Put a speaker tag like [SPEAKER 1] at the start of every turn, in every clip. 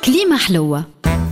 [SPEAKER 1] كليمة حلوة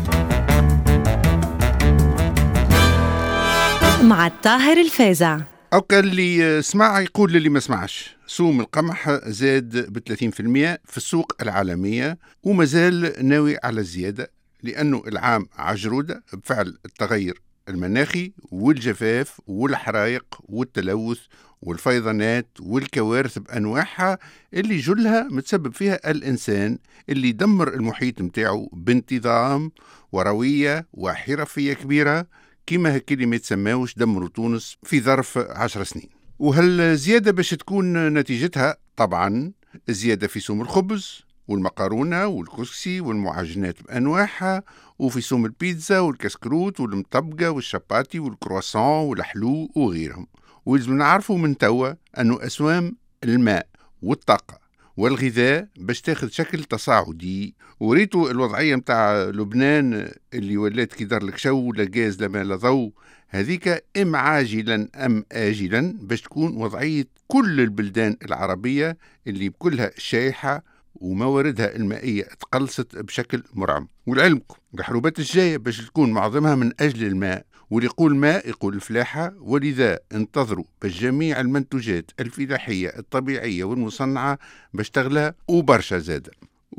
[SPEAKER 1] مع الطاهر الفازع.
[SPEAKER 2] أو كان اللي سمع يقول للي ما سمعش، سوم القمح زاد ب30% في السوق العالمية ومازال ناوي على الزيادة، لأنه العام عجرودة بفعل التغير المناخي والجفاف والحرائق والتلوث والفيضانات والكوارث بأنواعها اللي جلها متسبب فيها الإنسان، اللي دمر المحيط متاعه بانتظام وروية وحرفية كبيرة، كما هكا اللي ما يتسماوش دمروا تونس في ظرف 10 سنين. وهالزيادة باش تكون نتيجتها طبعا الزيادة في سوم الخبز والمقارونة والكسكسي والمعجنات بأنواعها، وفي سوم البيتزا والكسكروت والمطبقة والشاباتي والكرواسون والحلو وغيرهم. ولازم نعرفوا من توا أنه أسوام الماء والطاقة والغذاء باش تاخذ شكل تصاعدي. وريتوا الوضعية متاع لبنان اللي ولات كي دار لك شو لا غاز لا ماء لا ضوء، هذيك ام عاجلا ام آجلا باش تكون وضعية كل البلدان العربية اللي بكلها شايحة ومواردها المائية تقلصت بشكل مرعب. ولعلمكم الحروبات الجاية باش تكون معظمها من أجل الماء، واللي يقول ماء يقول الفلاحة، ولذا انتظروا باش جميع المنتوجات الفلاحية الطبيعية والمصنعة باش تغلى وبرشا زادة.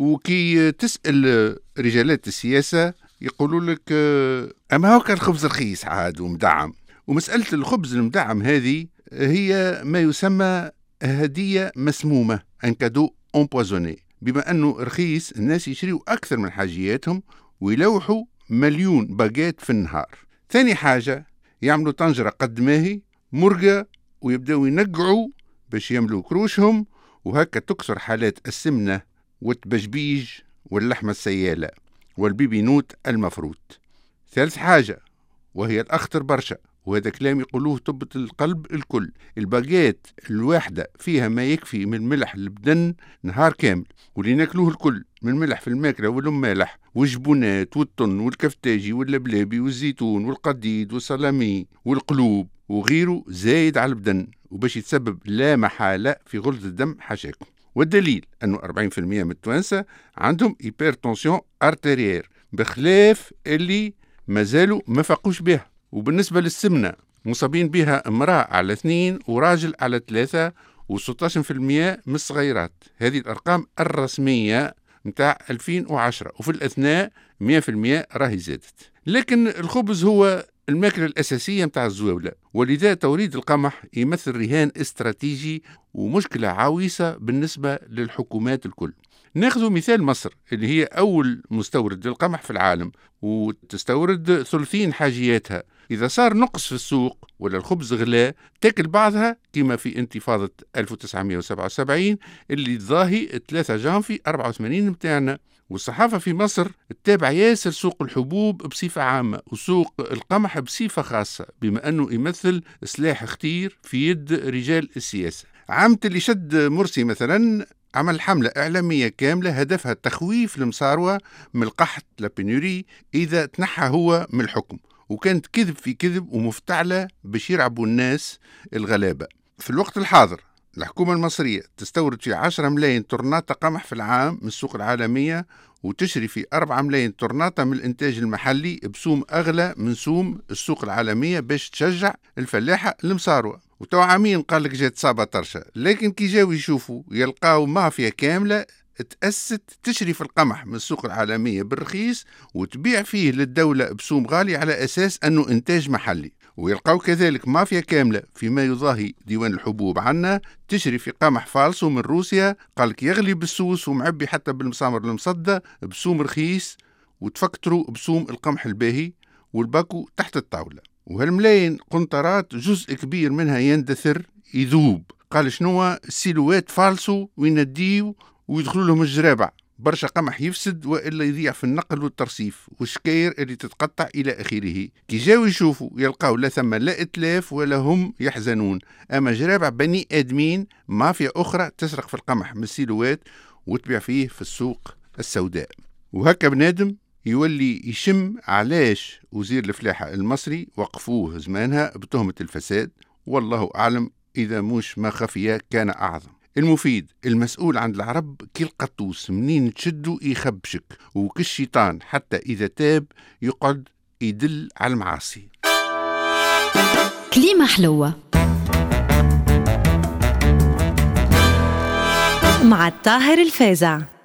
[SPEAKER 2] وكي تسأل رجالات السياسة يقولوا لك أما هو كان الخبز رخيص عاد ومدعم. ومسألة الخبز المدعم هذه هي ما يسمى هدية مسمومة، ان كادو امبوزوني، بما أنه رخيص الناس يشريوا أكثر من حاجياتهم ويلوحوا مليون باجات في النهار. ثاني حاجة يعملوا طنجرة قد ماهي مرقة ويبدأوا ينقعوا باش يملوا كروشهم، وهكا تكسر حالات السمنة والتبجبيج واللحمة السيالة والبيبي نوت المفروت. ثالث حاجة وهي الأخطر برشا، وهذا كلام يقولوه طبة القلب الكل، الباجات الواحدة فيها ما يكفي من ملح البدن نهار كامل، واللي ناكلوه الكل من ملح في الماكلة والمالح والجبونات والطن والكفتاجي واللبلابي والزيتون والقديد والسلامي والقلوب وغيره زايد على البدن، وباش يتسبب لا محالة في غلظ الدم حاشاكم. والدليل أنه 40% من التوانسة عندهم هيبرتنسيون ارتيريير، بخلاف اللي مازالوا ما فاقوش بها. وبالنسبة للسمنة مصابين بها امرأة على 2 وراجل على 3 و16% من الصغيرات. هذه الأرقام الرسمية متاع 2010، وفي الأثناء 100% راهي زادت. لكن الخبز هو الماكلة الأساسية متاع الزواولة، ولذا توريد القمح يمثل رهان استراتيجي ومشكلة عويصة بالنسبة للحكومات الكل. ناخذ مثال مصر اللي هي أول مستورد للقمح في العالم وتستورد ثلثين حاجياتها. إذا صار نقص في السوق ولا الخبز غلا تاكل بعضها كما في انتفاضة 1977 اللي ظاهي 3 جانفي 84 متاعنا. والصحافة في مصر تتابع ياسر سوق الحبوب بصفة عامة وسوق القمح بصفة خاصة، بما أنه يمثل سلاح خطير في يد رجال السياسة. عامة اللي شد مرسي مثلا عمل حملة إعلامية كاملة هدفها تخويف المصاروة من القحط لابينوري إذا تنحى هو من الحكم، وكانت كذب في كذب ومفتعلة باش يرعبوا الناس الغلابة. في الوقت الحاضر الحكومة المصرية تستورد في 10 ملايين طرناطة قمح في العام من السوق العالمية، وتشري في 4 ملايين طرناطة من الإنتاج المحلي بسوم أغلى من سوم السوق العالمية باش تشجع الفلاحة المصاروة. وتو عامين قال لك جات صابة طرشة، لكن كي جاو يشوفوا يلقاو مافيا كاملة تأسست تشري في القمح من السوق العالمية بالرخيص وتبيع فيه للدولة بسوم غالي على أساس أنه إنتاج محلي. ويلقاو كذلك مافيا كاملة فيما يضاهي ديوان الحبوب عنا تشري في قمح فالصو من روسيا، قالك يغلي بالسوس ومعبي حتى بالمسامر المصدى بسوم رخيص، وتفكتروا بسوم القمح الباهي والباكو تحت الطاولة. وهالملايين قنطرات جزء كبير منها يندثر يذوب. قال شنو السيلوات فالصو وينديو ويدخلوا لهم الجرابع، برشا قمح يفسد وإلا يضيع في النقل والترصيف والشكاير اللي تتقطع إلى آخره. كي جاو يشوفوا يلقاو لا ثم لا إتلاف ولا هم يحزنون، أما جرابع بني آدمين مافيا أخرى تسرق في القمح من السيلوات وتبيع فيه في السوق السوداء. وهكا بنادم يولي يشم علاش وزير الفلاحة المصري وقفوه زمانها بتهمة الفساد، والله أعلم إذا مش ما خفيا كان أعظم. المفيد: المسؤول عند العرب كي القطوس، منين تشده يخبشك، وكالشيطان حتى إذا تاب يقعد يدل على المعاصي.
[SPEAKER 1] كليمة حلوة مع الطاهر الفازع.